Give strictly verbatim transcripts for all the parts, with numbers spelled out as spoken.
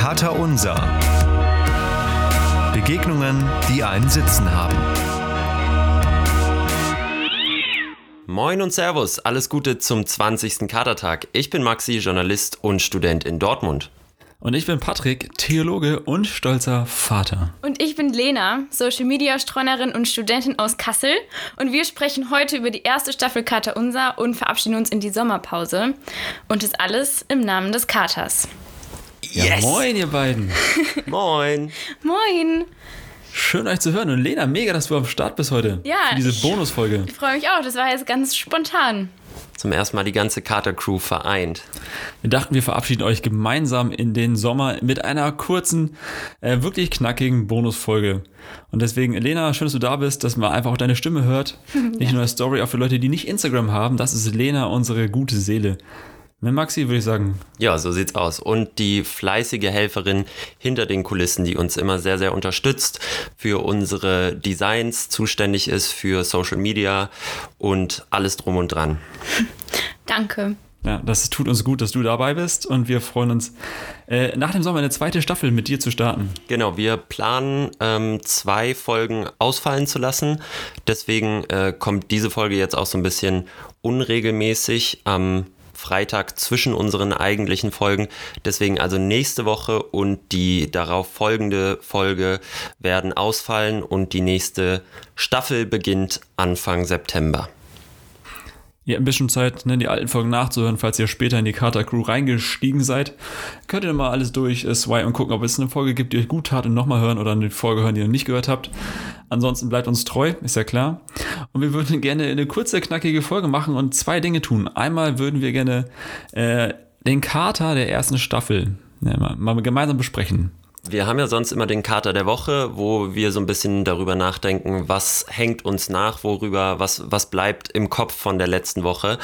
Kater Unser. Begegnungen, die einen Sitzen haben. Moin und Servus, alles Gute zum zwanzigsten Katertag. Ich bin Maxi, Journalist und Student in Dortmund. Und ich bin Patrick, Theologe und stolzer Vater. Und ich bin Lena, Social-Media-Streunerin und Studentin aus Kassel. Und wir sprechen heute über die erste Staffel Kater Unser und verabschieden uns in die Sommerpause. Und das alles im Namen des Katers. Ja, yes. Moin ihr beiden. Moin. Moin. Schön euch zu hören. Und Lena, mega, dass du am Start bist heute. Ja. Für diese ich, Bonusfolge. Ich freue mich auch, das war jetzt ganz spontan. Zum ersten Mal die ganze Kater-Crew vereint. Wir dachten, wir verabschieden euch gemeinsam in den Sommer mit einer kurzen, äh, wirklich knackigen Bonusfolge. Und deswegen, Lena, schön, dass du da bist, dass man einfach auch deine Stimme hört. Ja. Nicht nur eine Story, auch für Leute, die nicht Instagram haben. Das ist Lena, unsere gute Seele. Mit Maxi würde ich sagen. Ja, so sieht's aus. Und die fleißige Helferin hinter den Kulissen, die uns immer sehr, sehr unterstützt, für unsere Designs zuständig ist, für Social Media und alles drum und dran. Danke. Ja, das tut uns gut, dass du dabei bist und wir freuen uns, äh, nach dem Sommer eine zweite Staffel mit dir zu starten. Genau, wir planen, ähm, zwei Folgen ausfallen zu lassen. Deswegen äh, kommt diese Folge jetzt auch so ein bisschen unregelmäßig am Freitag zwischen unseren eigentlichen Folgen. Deswegen also nächste Woche und die darauf folgende Folge werden ausfallen und die nächste Staffel beginnt Anfang September. Ihr habt ein bisschen Zeit, ne, die alten Folgen nachzuhören, falls ihr später in die Kater-Crew reingestiegen seid. Könnt ihr mal alles durch äh, swipen und gucken, ob es eine Folge gibt, die euch gut tat und nochmal hören oder eine Folge hören, die ihr noch nicht gehört habt. Ansonsten bleibt uns treu, ist ja klar. Und wir würden gerne eine kurze, knackige Folge machen und zwei Dinge tun. Einmal würden wir gerne äh, den Kater der ersten Staffel ja, mal, mal gemeinsam besprechen. Wir haben ja sonst immer den Kater der Woche, wo wir so ein bisschen darüber nachdenken, was hängt uns nach, worüber, was, was bleibt im Kopf von der letzten Woche.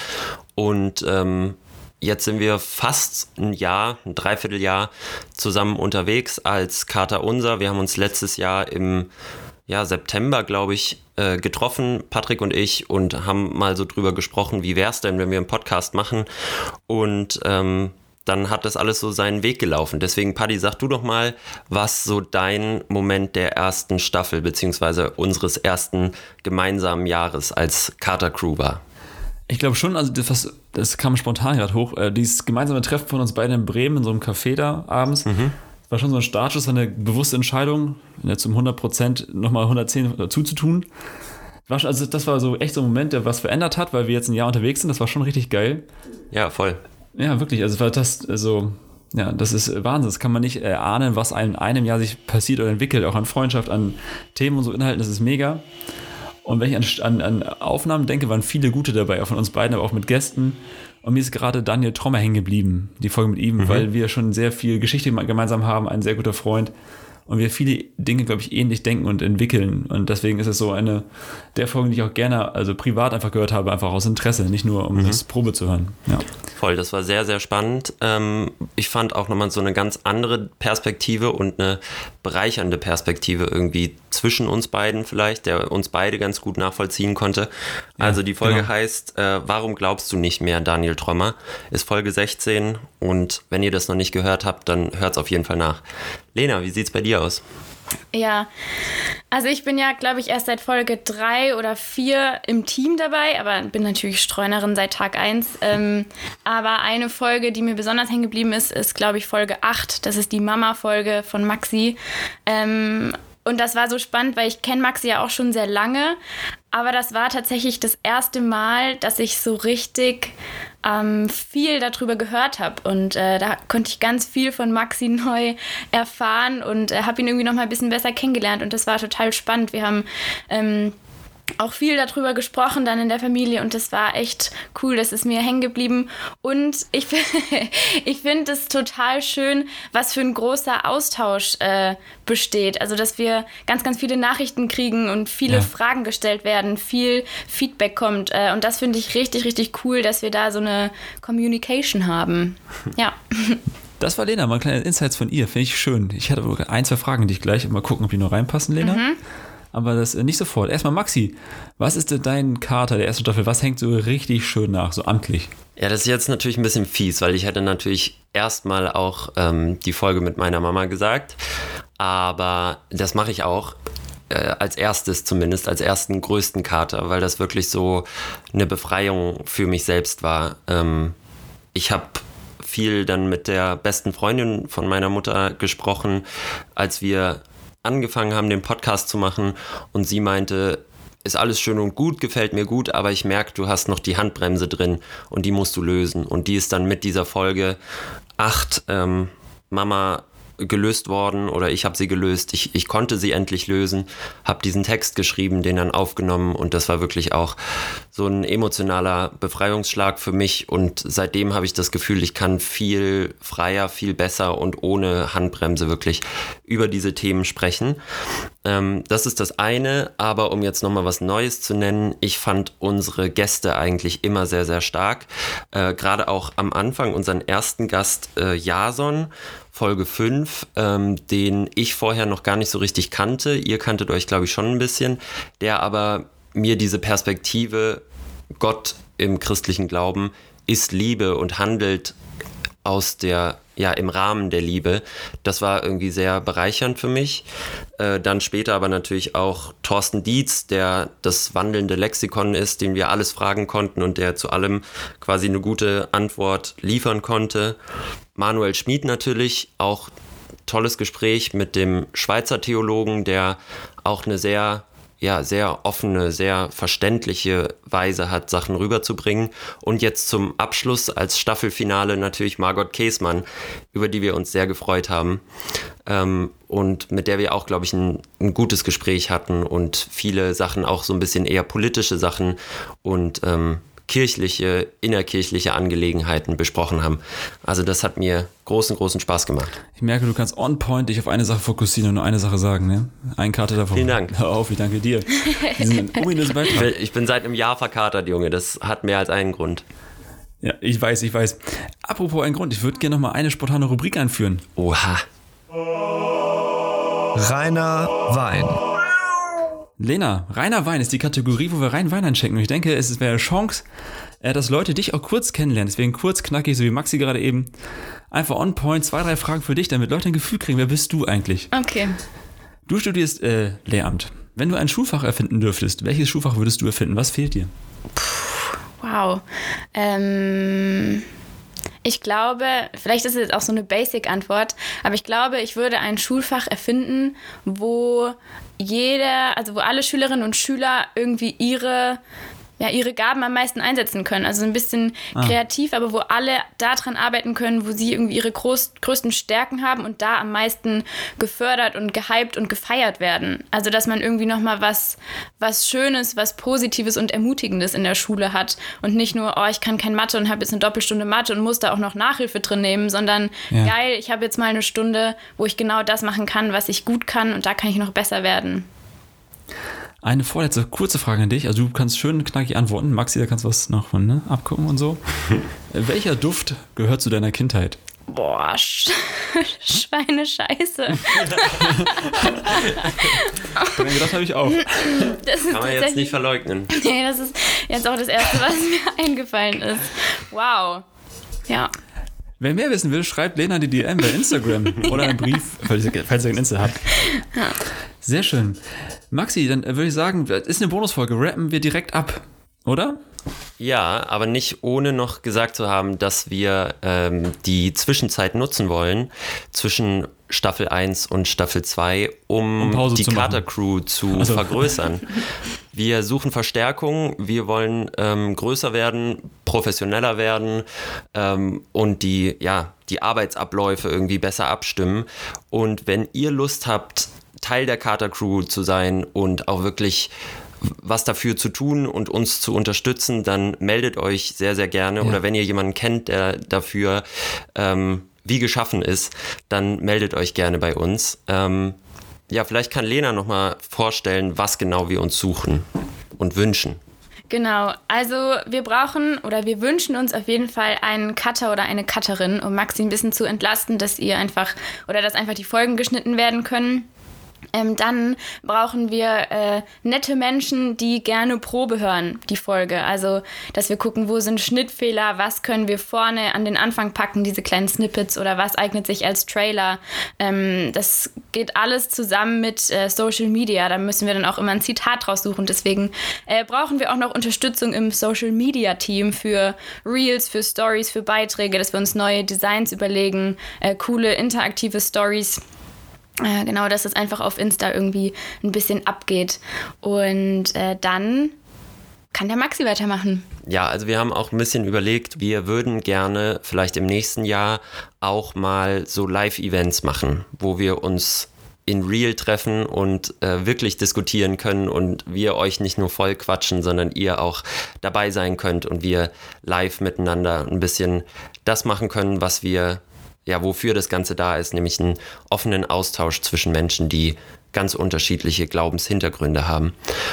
Und ähm, jetzt sind wir fast ein Jahr, ein Dreivierteljahr zusammen unterwegs als Kater Unser. Wir haben uns letztes Jahr im ja, September, glaube ich, äh, getroffen, Patrick und ich, und haben mal so drüber gesprochen, wie wäre es denn, wenn wir einen Podcast machen. Und ähm, dann hat das alles so seinen Weg gelaufen. Deswegen, Paddy, sag du doch mal, was so dein Moment der ersten Staffel beziehungsweise unseres ersten gemeinsamen Jahres als Kater-Crew war. Ich glaube schon, also das, was, das kam spontan gerade hoch, äh, dieses gemeinsame Treffen von uns beiden in Bremen in so einem Café da abends, mhm. war schon so ein Startschuss, eine bewusste Entscheidung, zum hundert Prozent nochmal hundertzehn dazu zu tun. War schon, also das war so echt so ein Moment, der was verändert hat, weil wir jetzt ein Jahr unterwegs sind. Das war schon richtig geil. Ja, voll. Ja, wirklich. Also war das, also, ja, das ist Wahnsinn. Das kann man nicht erahnen, was in einem Jahr sich passiert oder entwickelt, auch an Freundschaft, an Themen und so Inhalten. Das ist mega. Und wenn ich an, an, an Aufnahmen denke, waren viele gute dabei, auch von uns beiden, aber auch mit Gästen. Und mir ist gerade Daniel Trommer hängen geblieben, die Folge mit ihm, mhm. weil wir schon sehr viel Geschichte gemeinsam haben, ein sehr guter Freund. Und wir viele Dinge, glaube ich, ähnlich denken und entwickeln. Und deswegen ist es so eine der Folgen, die ich auch gerne, also privat einfach gehört habe, einfach aus Interesse, nicht nur um mhm. das Probe zu hören. Ja. Voll, das war sehr, sehr spannend. Ähm, ich fand auch nochmal so eine ganz andere Perspektive und eine bereichernde Perspektive irgendwie zwischen uns beiden vielleicht, der uns beide ganz gut nachvollziehen konnte. Also ja, die Folge genau. heißt, äh, warum glaubst du nicht mehr, Daniel Trommer? Ist Folge sechzehn und wenn ihr das noch nicht gehört habt, dann hört es auf jeden Fall nach. Lena, wie sieht's bei dir aus? Ja, also ich bin ja, glaube ich, erst seit Folge drei oder vier im Team dabei, aber bin natürlich Streunerin seit Tag eins. Ähm, aber eine Folge, die mir besonders hängen geblieben ist, ist, glaube ich, Folge acht. Das ist die Mama-Folge von Maxi. Ähm, und das war so spannend, weil ich kenne Maxi ja auch schon sehr lange, aber das war tatsächlich das erste Mal, dass ich so richtig ähm, viel darüber gehört habe und äh, da konnte ich ganz viel von Maxi neu erfahren und äh, habe ihn irgendwie noch mal ein bisschen besser kennengelernt und das war total spannend. Wir haben ähm, auch viel darüber gesprochen dann in der Familie und das war echt cool, das ist mir hängen geblieben und ich, ich finde es total schön, was für ein großer Austausch äh, besteht, also dass wir ganz, ganz viele Nachrichten kriegen und viele ja. Fragen gestellt werden, viel Feedback kommt äh, und das finde ich richtig, richtig cool, dass wir da so eine Communication haben, ja. Das war Lena, mal kleine Insights von ihr, finde ich schön. Ich hatte ein, zwei Fragen, die ich gleich mal gucken, ob die noch reinpassen, Lena. Mhm. aber das äh, nicht sofort. Erstmal Maxi, was ist denn dein Kater der ersten Staffel? Was hängt so richtig schön nach, so amtlich? Ja, das ist jetzt natürlich ein bisschen fies, weil ich hätte natürlich erstmal auch ähm, die Folge mit meiner Mama gesagt, aber das mache ich auch. Als erstes zumindest, als ersten größten Kater, weil das wirklich so eine Befreiung für mich selbst war. Ähm, ich habe viel dann mit der besten Freundin von meiner Mutter gesprochen, als wir angefangen haben, den Podcast zu machen, und sie meinte, ist alles schön und gut, gefällt mir gut, aber ich merke, du hast noch die Handbremse drin und die musst du lösen. Und die ist dann mit dieser Folge acht ähm, Mama gelöst worden, oder ich habe sie gelöst. Ich, ich konnte sie endlich lösen, habe diesen Text geschrieben, den dann aufgenommen, und das war wirklich auch so ein emotionaler Befreiungsschlag für mich, und seitdem habe ich das Gefühl, ich kann viel freier, viel besser und ohne Handbremse wirklich über diese Themen sprechen. Ähm, das ist das eine, aber um jetzt nochmal was Neues zu nennen, ich fand unsere Gäste eigentlich immer sehr, sehr stark. Äh, gerade auch am Anfang unseren ersten Gast, äh, Jason, Folge fünf, ähm, den ich vorher noch gar nicht so richtig kannte. Ihr kanntet euch, glaube ich, schon ein bisschen. Der aber mir diese Perspektive, Gott im christlichen Glauben ist Liebe und handelt aus der, ja, im Rahmen der Liebe. Das war irgendwie sehr bereichernd für mich. Äh, dann später aber natürlich auch Thorsten Dietz, der das wandelnde Lexikon ist, den wir alles fragen konnten und der zu allem quasi eine gute Antwort liefern konnte. Manuel Schmid natürlich, auch tolles Gespräch mit dem Schweizer Theologen, der auch eine sehr, ja, sehr offene, sehr verständliche Weise hat, Sachen rüberzubringen. Und jetzt zum Abschluss als Staffelfinale natürlich Margot Käßmann, über die wir uns sehr gefreut haben. Ähm, und mit der wir auch, glaube ich, ein, ein gutes Gespräch hatten und viele Sachen, auch so ein bisschen eher politische Sachen und ähm, kirchliche, innerkirchliche Angelegenheiten besprochen haben. Also das hat mir großen, großen Spaß gemacht. Ich merke, du kannst on point dich auf eine Sache fokussieren und nur eine Sache sagen, ne? Ein Kater davon. Vielen Dank. Hör auf, ich danke dir. Diesen ominösen Beitrag. Ich bin, ich bin seit einem Jahr verkatert, Junge. Das hat mehr als einen Grund. Ja, ich weiß, ich weiß. Apropos einen Grund, ich würde gerne noch mal eine spontane Rubrik einführen. Oha. Reiner Wein. Lena, reiner Wein ist die Kategorie, wo wir reinen Wein einschenken. Und ich denke, es wäre eine Chance, dass Leute dich auch kurz kennenlernen. Deswegen kurz, knackig, so wie Maxi gerade eben. Einfach on point, zwei, drei Fragen für dich, damit Leute ein Gefühl kriegen, wer bist du eigentlich? Okay. Du studierst äh, Lehramt. Wenn du ein Schulfach erfinden dürftest, welches Schulfach würdest du erfinden? Was fehlt dir? Puh, wow. Ähm... Ich glaube, vielleicht ist es jetzt auch so eine Basic-Antwort, aber ich glaube, ich würde ein Schulfach erfinden, wo jeder, also wo alle Schülerinnen und Schüler irgendwie ihre, ja, ihre Gaben am meisten einsetzen können. Also ein bisschen ah. kreativ, aber wo alle daran arbeiten können, wo sie irgendwie ihre groß, größten Stärken haben und da am meisten gefördert und gehypt und gefeiert werden. Also dass man irgendwie nochmal was, was Schönes, was Positives und Ermutigendes in der Schule hat und nicht nur, oh, ich kann kein Mathe und habe jetzt eine Doppelstunde Mathe und muss da auch noch Nachhilfe drin nehmen, sondern ja. geil, ich habe jetzt mal eine Stunde, wo ich genau das machen kann, was ich gut kann, und da kann ich noch besser werden. Eine vorletzte kurze Frage an dich. Also du kannst schön knackig antworten. Maxi, da kannst du was noch von, ne, abgucken und so. Welcher Duft gehört zu deiner Kindheit? Boah, Sch- Schweinescheiße. Das habe ich auch. Das ist Kann man jetzt nicht verleugnen. Nee, das ist jetzt auch das Erste, was mir eingefallen ist. Wow. Ja. Wer mehr wissen will, schreibt Lena die D M bei Instagram oder einen Brief, falls ihr, falls ihr ein Insta habt. Ja. Sehr schön. Maxi, dann würde ich sagen, das ist eine Bonusfolge. Rappen wir direkt ab, oder? Ja, aber nicht ohne noch gesagt zu haben, dass wir ähm, die Zwischenzeit nutzen wollen zwischen Staffel eins und Staffel zwei, um, um die Kater-Crew zu also. vergrößern. Wir suchen Verstärkung, wir wollen ähm, größer werden, professioneller werden ähm, und die, ja, die Arbeitsabläufe irgendwie besser abstimmen. Und wenn ihr Lust habt, Teil der Kater-Crew zu sein und auch wirklich was dafür zu tun und uns zu unterstützen, dann meldet euch sehr, sehr gerne. Ja. Oder wenn ihr jemanden kennt, der dafür ähm, wie geschaffen ist, dann meldet euch gerne bei uns. Ähm, ja, vielleicht kann Lena nochmal vorstellen, was genau wir uns suchen und wünschen. Genau, also wir brauchen oder wir wünschen uns auf jeden Fall einen Cutter oder eine Cutterin, um Maxi ein bisschen zu entlasten, dass ihr einfach oder dass einfach die Folgen geschnitten werden können. Ähm, dann brauchen wir äh, nette Menschen, die gerne Probe hören, die Folge. Also, dass wir gucken, wo sind Schnittfehler, was können wir vorne an den Anfang packen, diese kleinen Snippets oder was eignet sich als Trailer. Ähm, das geht alles zusammen mit äh, Social Media. Da müssen wir dann auch immer ein Zitat raussuchen. Deswegen äh, brauchen wir auch noch Unterstützung im Social Media Team für Reels, für Stories, für Beiträge, dass wir uns neue Designs überlegen, äh, coole interaktive Stories. Äh, genau, dass es einfach auf Insta irgendwie ein bisschen abgeht. Und äh, dann kann der Maxi weitermachen. Ja, also wir haben auch ein bisschen überlegt, wir würden gerne vielleicht im nächsten Jahr auch mal so Live-Events machen, wo wir uns in Real treffen und äh, wirklich diskutieren können und wir euch nicht nur voll quatschen, sondern ihr auch dabei sein könnt und wir live miteinander ein bisschen das machen können, was wir ja, wofür das Ganze da ist, nämlich einen offenen Austausch zwischen Menschen, die ganz unterschiedliche Glaubenshintergründe haben.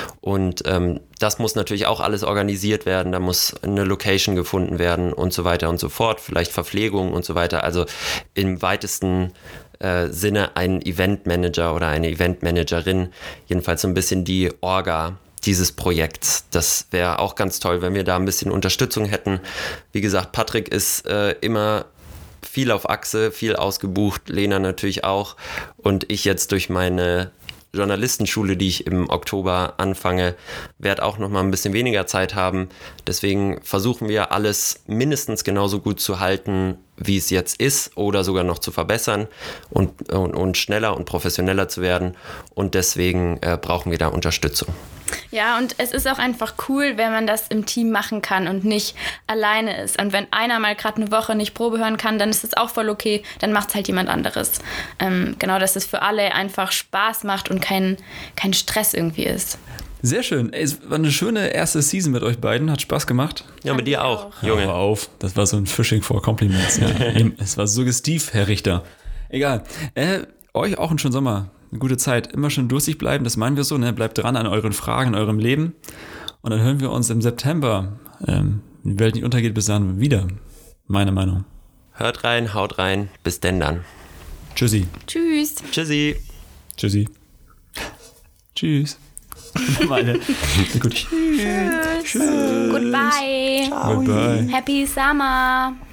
Und ähm, das muss natürlich auch alles organisiert werden, da muss eine Location gefunden werden und so weiter und so fort, vielleicht Verpflegung und so weiter. Also im weitesten äh, Sinne ein Eventmanager oder eine Eventmanagerin, jedenfalls so ein bisschen die Orga dieses Projekts. Das wäre auch ganz toll, wenn wir da ein bisschen Unterstützung hätten. Wie gesagt, Patrick ist äh, immer viel auf Achse, viel ausgebucht, Lena natürlich auch und ich jetzt durch meine Journalistenschule, die ich im Oktober anfange, werde auch noch mal ein bisschen weniger Zeit haben. Deswegen versuchen wir alles mindestens genauso gut zu halten, wie es jetzt ist oder sogar noch zu verbessern und, und, und schneller und professioneller zu werden und deswegen äh, brauchen wir da Unterstützung. Ja, und es ist auch einfach cool, wenn man das im Team machen kann und nicht alleine ist. Und wenn einer mal gerade eine Woche nicht Probe hören kann, dann ist es auch voll okay, dann macht es halt jemand anderes. Ähm, genau, dass es für alle einfach Spaß macht und kein, kein Stress irgendwie ist. Sehr schön. Ey, es war eine schöne erste Season mit euch beiden. Hat Spaß gemacht. Ja, mit dir auch, auch. Junge. Hör auf. Das war so ein Fishing for Compliments. Ja. Es war suggestiv, Herr Richter. Egal. Äh, euch auch einen schönen Sommer. Eine gute Zeit. Immer schön durstig bleiben. Das meinen wir so. Ne? Bleibt dran an euren Fragen, in eurem Leben. Und dann hören wir uns im September, ähm, wenn die Welt nicht untergeht, bis dann wieder. Meine Meinung. Hört rein, haut rein. Bis denn dann. Tschüssi. Tschüss. Tschüssi. Tschüssi. Tschüss. Meine. Gut. Tschüss. Tschüss. Goodbye. Ciao. Goodbye. Happy Summer.